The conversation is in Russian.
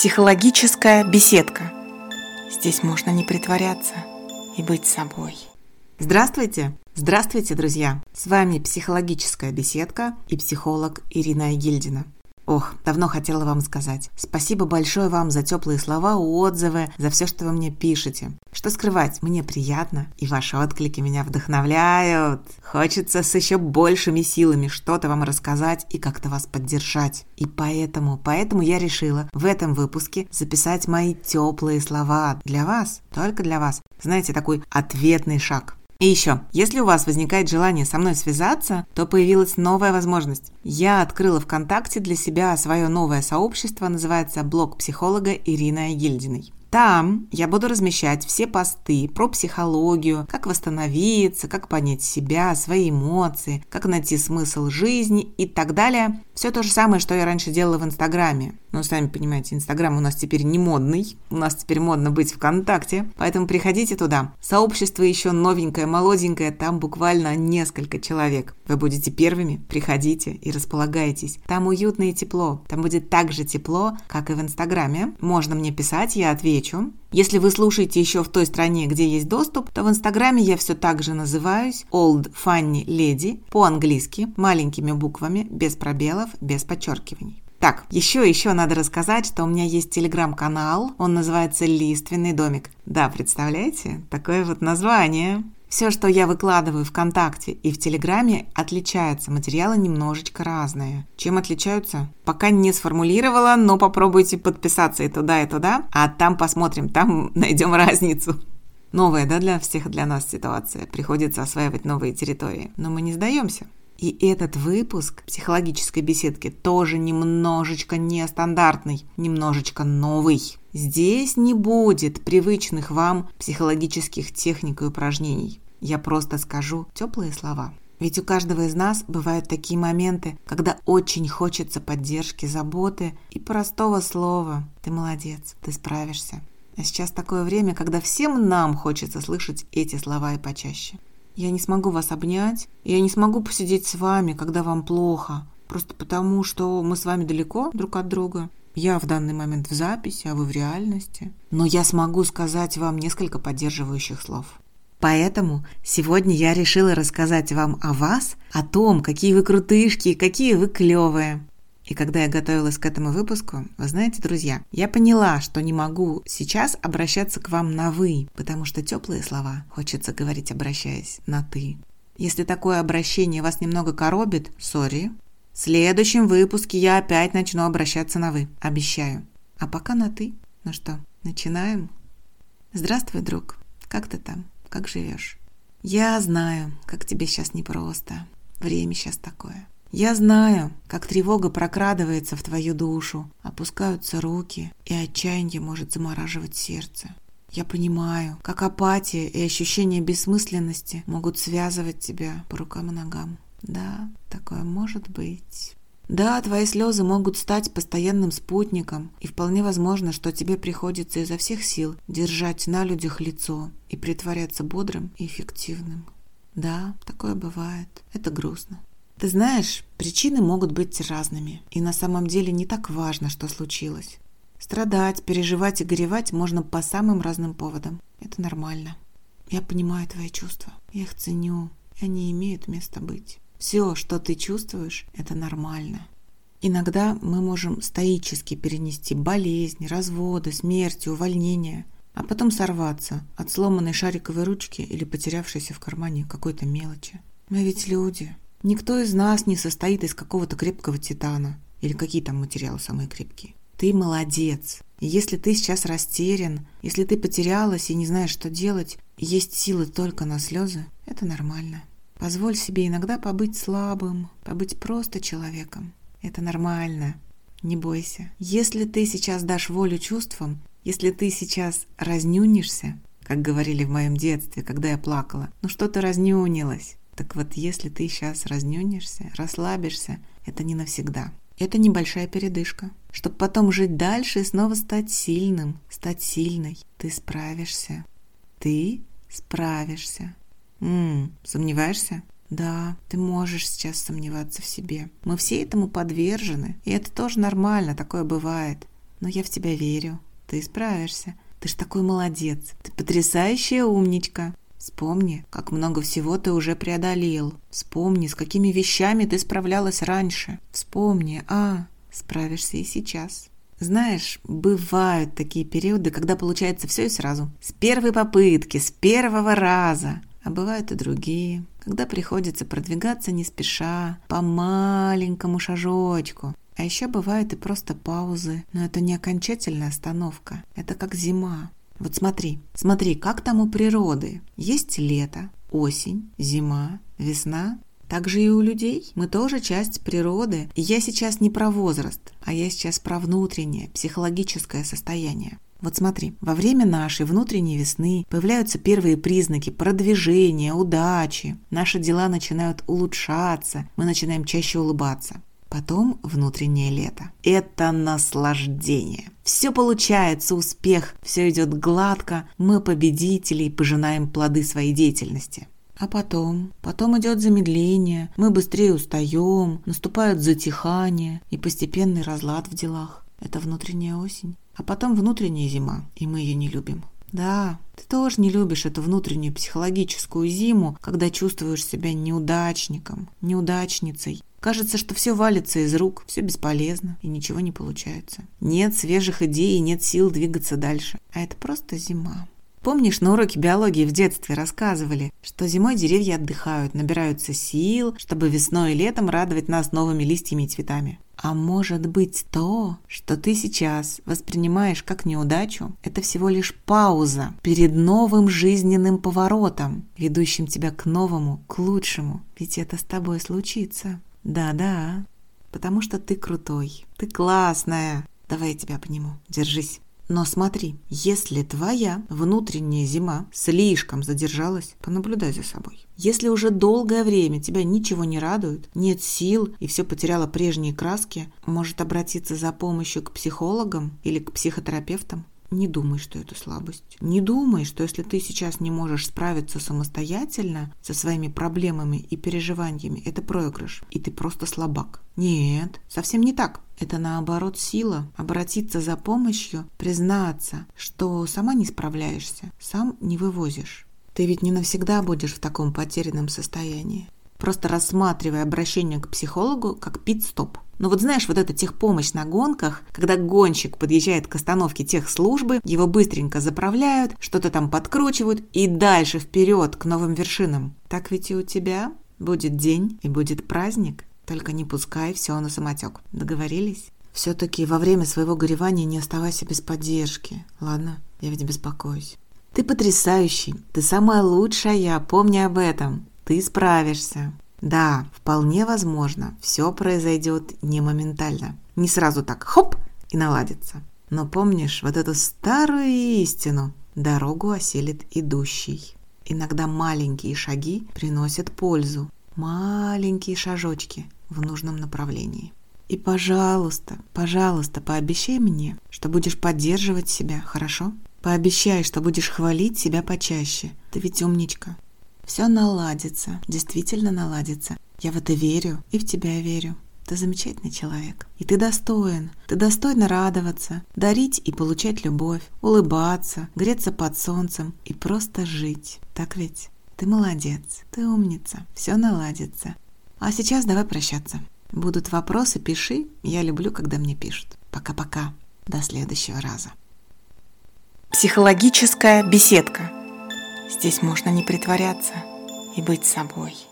Психологическая беседка. Здесь можно не притворяться и быть собой. Здравствуйте! Здравствуйте, друзья! С вами психологическая беседка и психолог Ирина Айгильдина. Давно хотела вам сказать. Спасибо большое вам за теплые слова, отзывы, за все, что вы мне пишете. Что скрывать, мне приятно, и ваши отклики меня вдохновляют. Хочется с еще большими силами что-то вам рассказать и как-то вас поддержать. И поэтому я решила в этом выпуске записать мои теплые слова для вас, только для вас. Знаете, такой ответный шаг. И еще, если у вас возникает желание со мной связаться, то появилась новая возможность. Я открыла ВКонтакте для себя свое новое сообщество, называется «Блог психолога Ирины Айгильдиной». Там я буду размещать все посты про психологию, как восстановиться, как понять себя, свои эмоции, как найти смысл жизни и так далее. Все то же самое, что я раньше делала в Инстаграме. Но, сами понимаете, Инстаграм у нас теперь не модный. У нас теперь модно быть ВКонтакте. Поэтому приходите туда. Сообщество еще новенькое, молоденькое. Там буквально несколько человек. Вы будете первыми. Приходите и располагайтесь. Там уютно и тепло. Там будет так же тепло, как и в Инстаграме. Можно мне писать, я отвечу. Если вы слушаете еще в той стране, где есть доступ, то в Инстаграме я все так же называюсь Old Funny Lady по-английски, маленькими буквами, без пробелов, без подчеркиваний. Так, еще надо рассказать, что у меня есть телеграм-канал, он называется «Лиственный домик». Да, представляете? Такое вот название. Все, что я выкладываю ВКонтакте и в Телеграме, отличается. Материалы немножечко разные. Чем отличаются? Пока не сформулировала, но попробуйте подписаться и туда, а там посмотрим, там найдем разницу. Новая, да, для всех, для нас ситуация. Приходится осваивать новые территории. Но мы не сдаемся. И этот выпуск психологической беседки тоже немножечко нестандартный, немножечко новый. Здесь не будет привычных вам психологических техник и упражнений. Я просто скажу теплые слова. Ведь у каждого из нас бывают такие моменты, когда очень хочется поддержки, заботы и простого слова. Ты молодец, ты справишься. А сейчас такое время, когда всем нам хочется слышать эти слова и почаще. Я не смогу вас обнять, я не смогу посидеть с вами, когда вам плохо, просто потому, что мы с вами далеко друг от друга. Я в данный момент в записи, а вы в реальности. Но я смогу сказать вам несколько поддерживающих слов. Поэтому сегодня я решила рассказать вам о вас, о том, какие вы крутышки, какие вы клевые. И когда я готовилась к этому выпуску, вы знаете, друзья, я поняла, что не могу сейчас обращаться к вам на «вы», потому что теплые слова хочется говорить, обращаясь на «ты». Если такое обращение вас немного коробит, сори. В следующем выпуске я опять начну обращаться на «вы», обещаю. А пока на «ты». Ну что, начинаем? Здравствуй, друг. Как ты там? Как живешь? Я знаю, как тебе сейчас непросто. Время сейчас такое. Я знаю, как тревога прокрадывается в твою душу, опускаются руки, и отчаяние может замораживать сердце. Я понимаю, как апатия и ощущение бессмысленности могут связывать тебя по рукам и ногам. Да, такое может быть. Да, твои слезы могут стать постоянным спутником, и вполне возможно, что тебе приходится изо всех сил держать на людях лицо и притворяться бодрым и эффективным. Да, такое бывает. Это грустно. Ты знаешь, причины могут быть разными, и на самом деле не так важно, что случилось. Страдать, переживать и горевать можно по самым разным поводам. Это нормально. Я понимаю твои чувства, я их ценю, и они имеют место быть. Все, что ты чувствуешь, это нормально. Иногда мы можем стоически перенести болезнь, разводы, смерть, увольнение, а потом сорваться от сломанной шариковой ручки или потерявшейся в кармане какой-то мелочи. Мы ведь люди. Никто из нас не состоит из какого-то крепкого титана. Или какие там материалы самые крепкие. Ты молодец. И если ты сейчас растерян, если ты потерялась и не знаешь, что делать, и есть силы только на слезы, это нормально. Позволь себе иногда побыть слабым, побыть просто человеком. Это нормально. Не бойся. Если ты сейчас дашь волю чувствам, если ты сейчас разнюнишься, как говорили в моем детстве, когда я плакала, что-то разнюнилось. Так вот, если ты сейчас разнюнишься, расслабишься, это не навсегда. Это небольшая передышка, чтобы потом жить дальше и снова стать сильным, стать сильной. Ты справишься. Ты справишься. Сомневаешься? Да, ты можешь сейчас сомневаться в себе. Мы все этому подвержены, и это тоже нормально, такое бывает. Но я в тебя верю. Ты справишься. Ты ж такой молодец. Ты потрясающая умничка. Вспомни, как много всего ты уже преодолел. Вспомни, с какими вещами ты справлялась раньше. Вспомни, справишься и сейчас. Знаешь, бывают такие периоды, когда получается все и сразу. С первой попытки, с первого раза. А бывают и другие, когда приходится продвигаться не спеша, по маленькому шажочку. А еще бывают и просто паузы, но это не окончательная остановка, это как зима. Вот смотри, как там у природы. Есть лето, осень, зима, весна. Так же и у людей. Мы тоже часть природы. И я сейчас не про возраст, а я сейчас про внутреннее, психологическое состояние. Вот смотри, во время нашей внутренней весны появляются первые признаки продвижения, удачи. Наши дела начинают улучшаться, мы начинаем чаще улыбаться. Потом внутреннее лето. Это наслаждение. Все получается, успех, все идет гладко, мы победители и пожинаем плоды своей деятельности. А потом идет замедление, мы быстрее устаем, наступает затихание и постепенный разлад в делах. Это внутренняя осень. А потом внутренняя зима, и мы ее не любим. Да, ты тоже не любишь эту внутреннюю психологическую зиму, когда чувствуешь себя неудачником, неудачницей. Кажется, что все валится из рук, все бесполезно и ничего не получается. Нет свежих идей и нет сил двигаться дальше. А это просто зима. Помнишь, на уроке биологии в детстве рассказывали, что зимой деревья отдыхают, набираются сил, чтобы весной и летом радовать нас новыми листьями и цветами. А может быть то, что ты сейчас воспринимаешь как неудачу, это всего лишь пауза перед новым жизненным поворотом, ведущим тебя к новому, к лучшему. Ведь это с тобой случится. Да-да, потому что ты крутой, ты классная. Давай я тебя обниму, держись. Но смотри, если твоя внутренняя зима слишком задержалась, понаблюдай за собой. Если уже долгое время тебя ничего не радует, нет сил и все потеряло прежние краски, может обратиться за помощью к психологам или к психотерапевтам. Не думай, что это слабость. Не думай, что если ты сейчас не можешь справиться самостоятельно со своими проблемами и переживаниями, это проигрыш, и ты просто слабак. Нет, совсем не так. Это наоборот сила обратиться за помощью, признаться, что сама не справляешься, сам не вывозишь. Ты ведь не навсегда будешь в таком потерянном состоянии. Просто рассматривай обращение к психологу как пит-стоп. Но вот знаешь, вот эта техпомощь на гонках, когда гонщик подъезжает к остановке техслужбы, его быстренько заправляют, что-то там подкручивают и дальше вперед к новым вершинам. Так ведь и у тебя будет день и будет праздник, только не пускай все на самотек. Договорились? Все-таки во время своего горевания не оставайся без поддержки. Ладно, я ведь беспокоюсь. Ты потрясающий, ты самая лучшая, помни об этом. Ты справишься. Да, вполне возможно, все произойдет не моментально. Не сразу так хоп и наладится. Но помнишь вот эту старую истину: дорогу осилит идущий. Иногда маленькие шаги приносят пользу. Маленькие шажочки в нужном направлении. И пожалуйста, пообещай мне, что будешь поддерживать себя, хорошо? Пообещай, что будешь хвалить себя почаще. Ты ведь умничка. Все наладится, действительно наладится. Я в это верю и в тебя верю. Ты замечательный человек. И ты достойно радоваться, дарить и получать любовь, улыбаться, греться под солнцем и просто жить. Так ведь? Ты молодец, ты умница, все наладится. А сейчас давай прощаться. Будут вопросы, пиши. Я люблю, когда мне пишут. Пока-пока. До следующего раза. Психологическая беседка. Здесь можно не притворяться и быть собой.